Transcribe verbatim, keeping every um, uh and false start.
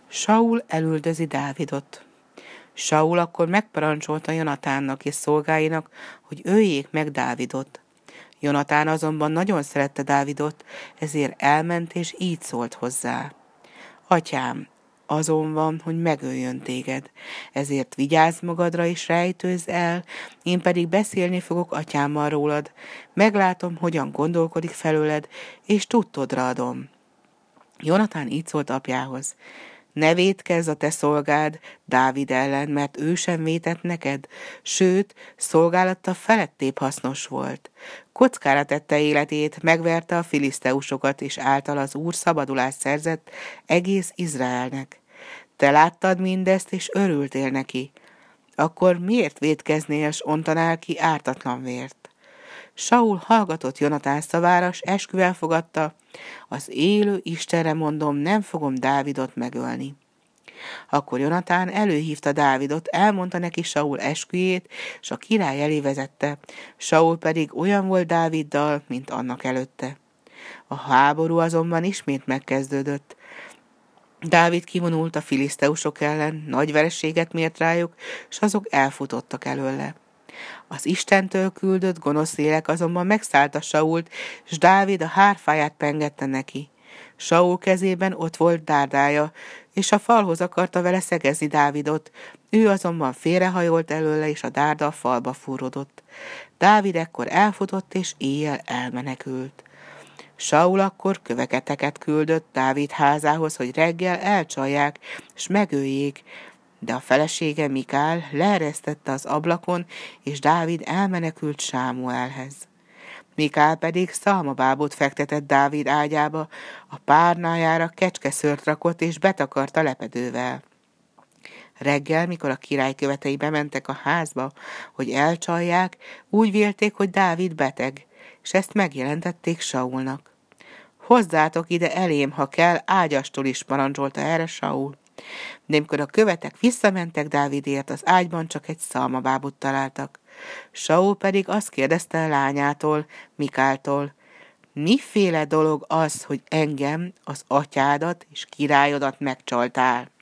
Saul elüldözi Dávidot. Saul akkor megparancsolta Jonatánnak és szolgáinak, hogy öljék meg Dávidot. Jonatán azonban nagyon szerette Dávidot, ezért elment és így szólt hozzá. Atyám, azon van, hogy megöljön téged, ezért vigyázz magadra és rejtőzz el, én pedig beszélni fogok atyámmal rólad, meglátom, hogyan gondolkodik felőled, és tudtodra adom. Jonatán így szólt apjához. Ne vétkezz a te szolgád Dávid ellen, mert ő sem vétett neked, sőt, szolgálata felettébb hasznos volt. Kockára tette életét, megverte a filiszteusokat, és által az Úr szabadulást szerzett egész Izraelnek. Te láttad mindezt, és örültél neki. Akkor miért vétkeznél, s ontanál ki ártatlan vért? Saul hallgatott Jonatán szavára, s esküvel fogadta, az élő Istenre mondom, nem fogom Dávidot megölni. Akkor Jonatán előhívta Dávidot, elmondta neki Saul esküjét, s a király elé vezette. Saul pedig olyan volt Dáviddal, mint annak előtte. A háború azonban ismét megkezdődött. Dávid kivonult a filiszteusok ellen, nagy vereséget mért rájuk, s azok elfutottak előle. Az Istentől küldött gonosz lélek azonban megszállta Sault, s Dávid a hárfáját pengette neki. Saul kezében ott volt dárdája, és a falhoz akarta vele szegezni Dávidot, ő azonban félrehajolt előle, és a dárda a falba fúrodott. Dávid ekkor elfutott, és éjjel elmenekült. Saul akkor köveketeket küldött Dávid házához, hogy reggel elcsalják, s megöljék, de a felesége Mikál leeresztette az ablakon, és Dávid elmenekült Sámuelhez. Mikál pedig szalmabábot fektetett Dávid ágyába, a párnájára kecskeszőrt rakott, és betakarta lepedővel. Reggel, mikor a király követei bementek a házba, hogy elcsalják, úgy vélték, hogy Dávid beteg, és ezt megjelentették Saulnak. Hozzátok ide elém, ha kell, ágyastól is, parancsolta erre Saul. De amikor a követek visszamentek Dávidért, az ágyban csak egy szalmabábot találtak. Saul pedig azt kérdezte a lányától, Mikáltól, miféle dolog az, hogy engem, az atyádat és királyodat megcsaltál?